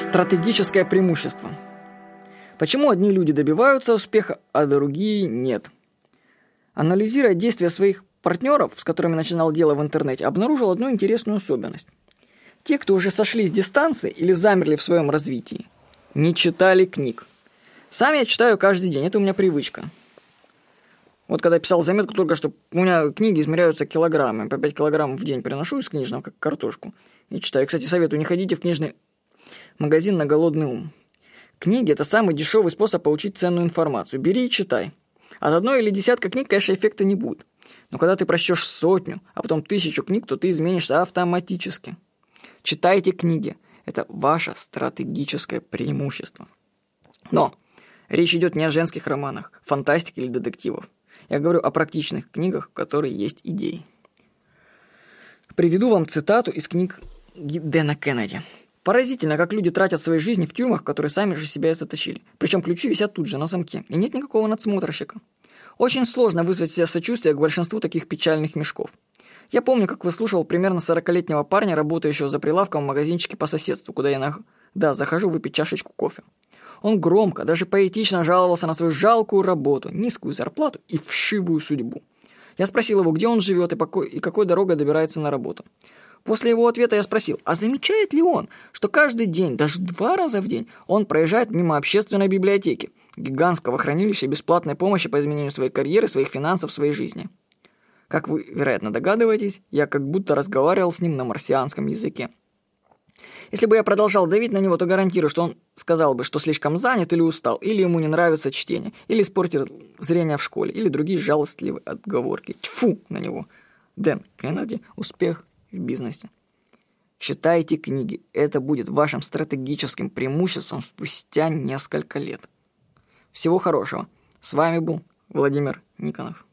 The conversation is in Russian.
Стратегическое преимущество. Почему одни люди добиваются успеха, а другие нет? Анализируя действия своих партнеров, с которыми начинал дело в интернете, обнаружил одну интересную особенность. Те, кто уже сошли с дистанции или замерли в своем развитии, не читали книг. Сам я читаю каждый день, это у меня привычка. Вот когда я писал заметку только что, у меня книги измеряются килограммами, по 5 килограммов в день приношу из книжного, как картошку, и читаю. Кстати, советую, не ходите в книжный магазин на голодный ум. Книги – это самый дешевый способ получить ценную информацию. Бери и читай. От одной или десятка книг, конечно, эффекта не будет. Но когда ты прочтешь 100, а потом 1000 книг, то ты изменишься автоматически. Читайте книги. Это ваше стратегическое преимущество. Но речь идет не о женских романах, фантастике или детективах. Я говорю о практичных книгах, в которых есть идеи. Приведу вам цитату из книг Дэна Кеннеди. Поразительно, как люди тратят свои жизни в тюрьмах, которые сами же себя и заточили. Причем ключи висят тут же, на замке, и нет никакого надсмотрщика. Очень сложно вызвать в себе сочувствие к большинству таких печальных мешков. Я помню, как выслушивал примерно 40-летнего парня, работающего за прилавком в магазинчике по соседству, куда я захожу выпить чашечку кофе. Он громко, даже поэтично жаловался на свою жалкую работу, низкую зарплату и вшивую судьбу. Я спросил его, где он живет и какой дорогой добирается на работу. После его ответа я спросил, а замечает ли он, что каждый день, даже 2 раза в день, он проезжает мимо общественной библиотеки, гигантского хранилища бесплатной помощи по изменению своей карьеры, своих финансов, своей жизни. Как вы, вероятно, догадываетесь, я как будто разговаривал с ним на марсианском языке. Если бы я продолжал давить на него, то гарантирую, что он сказал бы, что слишком занят или устал, или ему не нравится чтение, или испортил зрение в школе, или другие жалостливые отговорки. Тьфу на него. Дэн Кеннеди. Успех в бизнесе. Читайте книги. Это будет вашим стратегическим преимуществом спустя несколько лет. Всего хорошего. С вами был Владимир Никонов.